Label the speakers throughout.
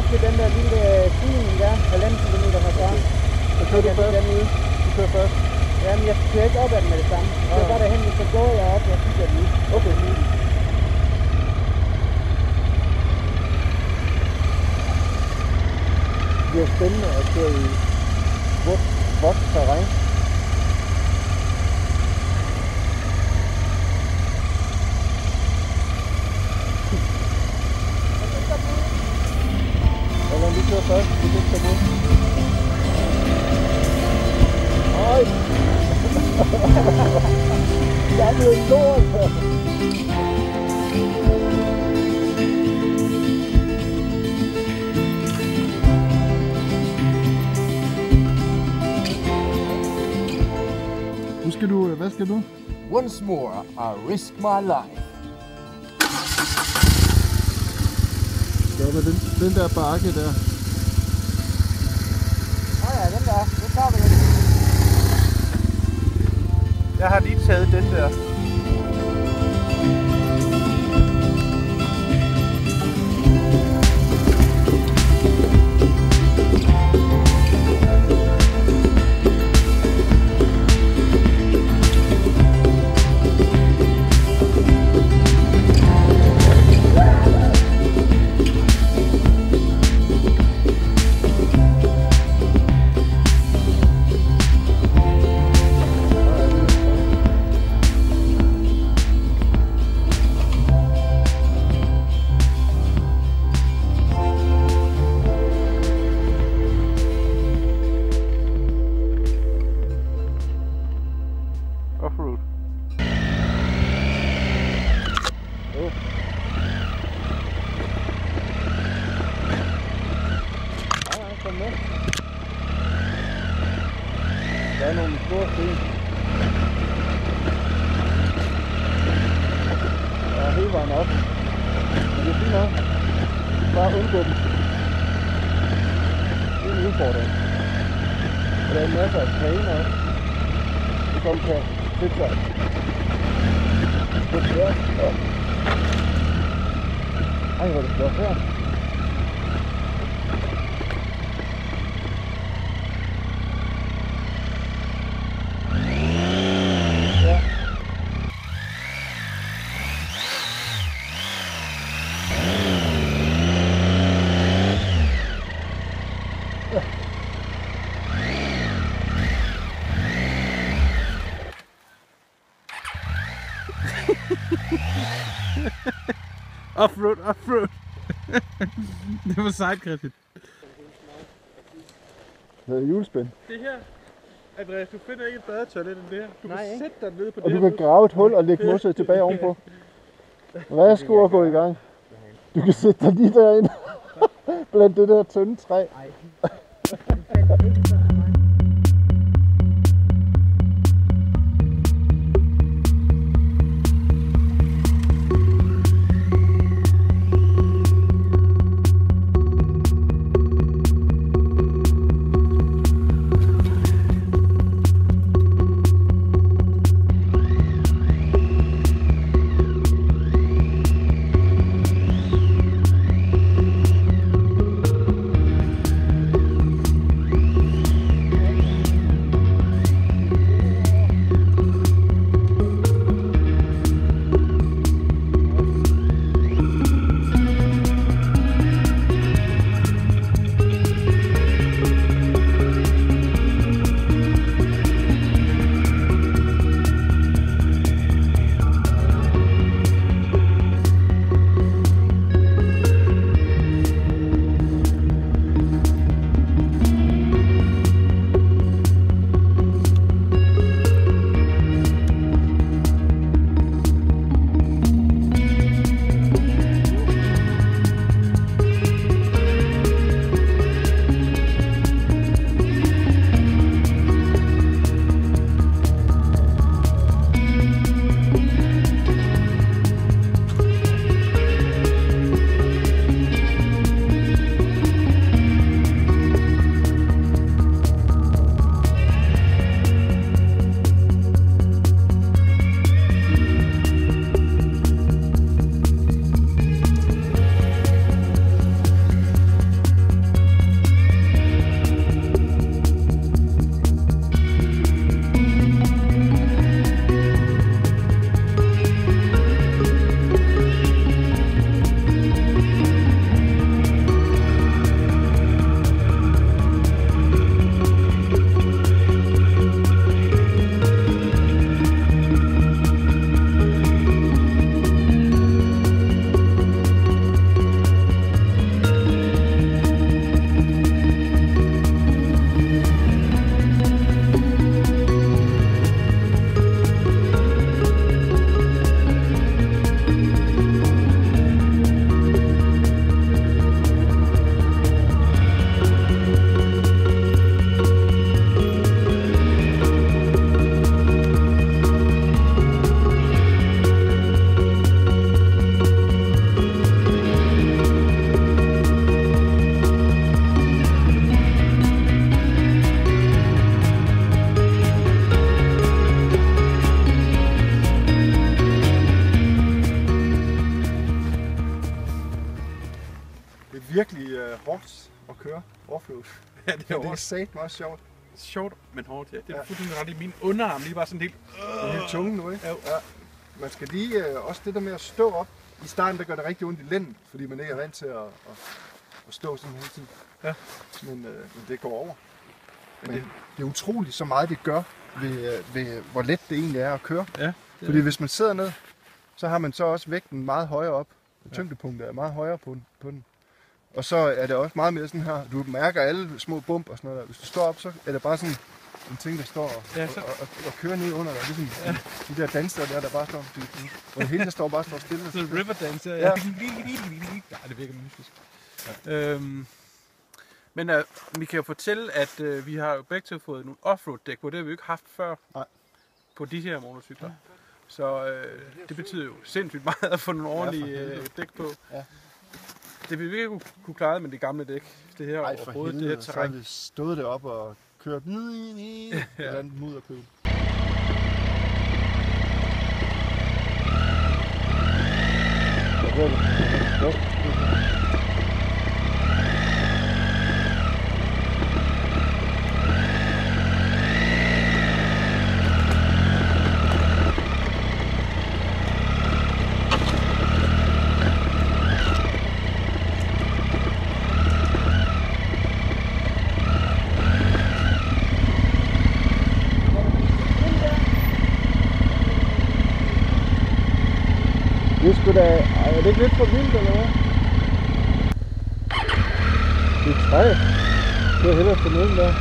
Speaker 1: først ved den der lille stigning der, 1,5 kilometer herfra.
Speaker 2: Så kører du først? Du kører først?
Speaker 1: Jamen, jeg kører ikke op ad den med det samme. Så var derhen, så går jeg op, og kigger den ud.
Speaker 2: Okay. Det er spændende at køre i vådt terræn. Eller vi kører først, vi kan ikke komme ud. Ej! Jeg er blevet lort! Hvad skal du?
Speaker 3: Once more, I risk my life.
Speaker 2: Det var den der bakke der.
Speaker 1: Ja, den der. Nu tager vi den.
Speaker 2: Jeg har lige taget den der. Offroad.
Speaker 1: Kom med.
Speaker 2: Der er nogle store sten. Der er hele vejen op. Men det er fint nok. Bare undgå dem. Det er en udfordring. Og der er en masse af kaner også. Som kan flytte sig. Det er svært. Ej, hvor er det flot her.
Speaker 4: Offroad, offroad. Det var sejt, Christian.
Speaker 2: Det er julespænd.
Speaker 4: Det her, Andreas, du finder ikke et bedre toilet end det her. Du
Speaker 1: Nej,
Speaker 4: kan
Speaker 1: ikke?
Speaker 4: sætte dig ned på
Speaker 2: Og
Speaker 4: det
Speaker 2: du kan grave et hul og lægge mosset tilbage ovenpå. Værsgo at gå i gang. Du kan sætte dig lige derinde. Blandt det der tynde træ. hårdt at køre offroad.
Speaker 4: Ja, det er
Speaker 2: Det er
Speaker 4: hårdt.
Speaker 2: satme også sjovt.
Speaker 4: Sjovt, men hårdt, ja. Det er fuldstændig ret i. Min underarm lige bare sådan helt...
Speaker 2: Det er helt tunge nu, ikke?
Speaker 4: Ja.
Speaker 2: Man skal lige, også det der med at stå op. I starten, der gør det rigtig ondt i lænden, fordi man ikke er vant til at stå sådan hele tiden.
Speaker 4: Ja.
Speaker 2: Men det går over. Men det er utroligt så meget, det gør ved hvor let det egentlig er at køre.
Speaker 4: Ja.
Speaker 2: Fordi hvis man sidder ned, så har man så også vægten meget højere op. Tyngdepunktet er meget højere på den. Og så er det også meget mere sådan her, du mærker alle små bump og sådan noget der. Hvis du står op, så er det bare sådan en ting, der står og kører ned under dig. Ligesom de der dansere der bare står, og det hele der står bare stille.
Speaker 4: Så Riverdance, ja.
Speaker 2: Ja.
Speaker 4: Ja, det virker mystisk. Ja. Men vi kan jo fortælle, at vi har jo begge to fået nogle offroad-dæk, hvor det har vi jo ikke haft før.
Speaker 2: Nej.
Speaker 4: På de her motorcykler. Så det betyder jo sindssygt meget at få nogle ordentlige dæk på.
Speaker 2: Ja.
Speaker 4: Det vil vi ikke kunne klare med de gamle dæk. Det her overhovedet, det her
Speaker 2: så har
Speaker 4: terræn.
Speaker 2: vi stået deroppe og kørt et eller andet mudderkøb.
Speaker 1: Det er sgu da... Ej, er det ikke lidt for vildt, eller hvad? Det er træ. Det er hellere for neden der.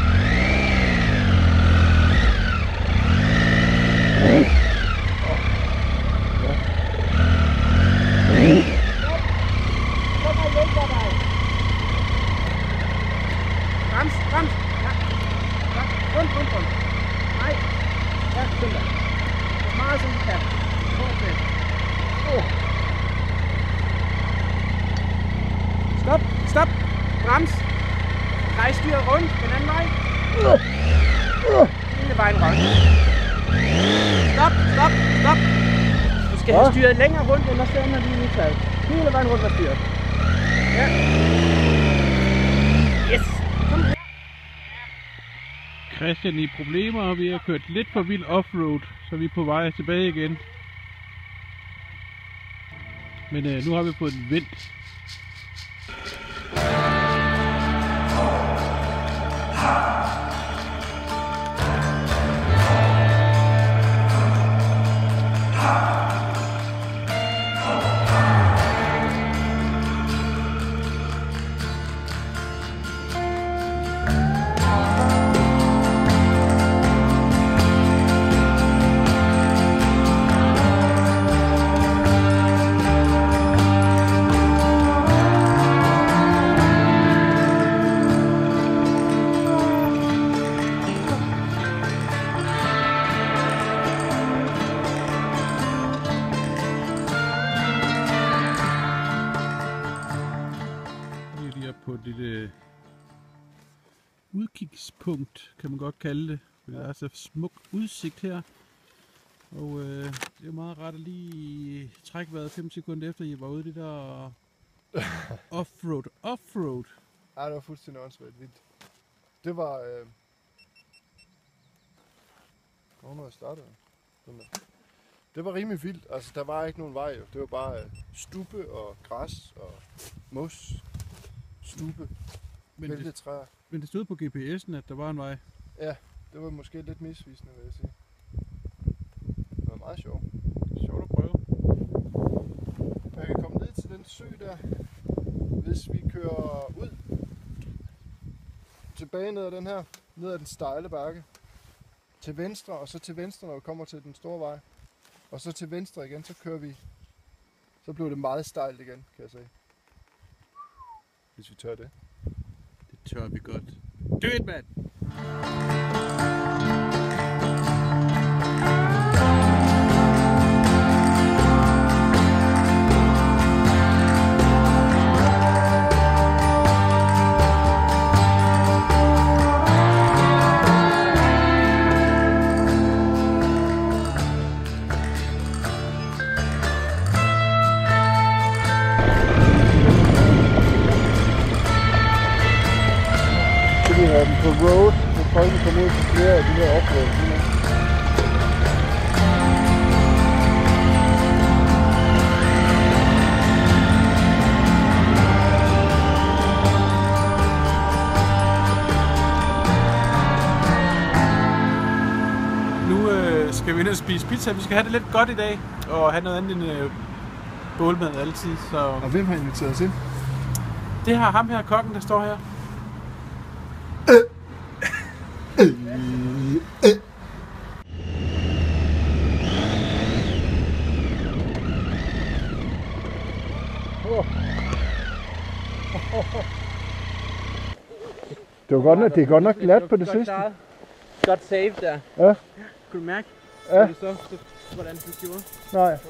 Speaker 5: Brems. Ja. Rundt. Nej. Ja, sådan der. Så meget som du kan. Fortsæt. Stop. Brems. Drej styret rundt den anden vej. Hele vejen rundt. Stop. Du skal have styret længere rundt, ellers så ender vi i udtaget. Hele vejen rundt med styret. Ja. Yes. Kom.
Speaker 4: Christian i problemer, og vi har kørt lidt for vild offroad, så vi er på vej tilbage igen. Men nu har vi fået den vendt. På et lille udkigspunkt, kan man godt kalde det. Der er så smuk udsigt her. Og det er meget rart at lige trække vejret 5 sekunder efter, I var ude i det der offroad.
Speaker 2: Ej, det var fuldstændig åndssvagt vildt. Det var... Hvornår jeg startede? Det var rimelig vildt. Altså, der var ikke nogen vej. Jo. Det var bare stube og græs og mos. Stube. Væltede træer.
Speaker 4: Men det stod på GPS'en, at der var en vej.
Speaker 2: Ja, det var måske lidt misvisende, vil jeg sige. Det var meget sjovt.
Speaker 4: Sjovt at prøve.
Speaker 2: Man kan komme ned til den sø der, hvis vi kører ud. Tilbage ned ad den her, ned ad den stejle bakke. Til venstre, og så til venstre, når vi kommer til den store vej. Og så til venstre igen, så kører vi. Så bliver det meget stejlt igen, kan jeg sige. Hvis vi tør det.
Speaker 4: Det tør vi godt. Do it, mand!
Speaker 2: vi have dem på road, så folk kan komme ud til flere af de her oplevelser.
Speaker 4: Skal vi ind og spise pizza? Vi skal have det lidt godt i dag, og have noget andet end bålmad altid. Så
Speaker 2: Og hvem har inviteret os ind?
Speaker 4: det har ham her, kokken, der står her.
Speaker 2: Det er godt nok glat på det sidste.
Speaker 5: Godt saved der.
Speaker 2: Ja.
Speaker 5: Kunne du mærke?
Speaker 2: Ja.
Speaker 5: Hvordan det gjorde?
Speaker 2: Nej.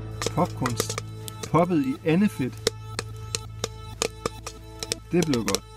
Speaker 2: Popcorn poppet i andefedt. Det blev godt.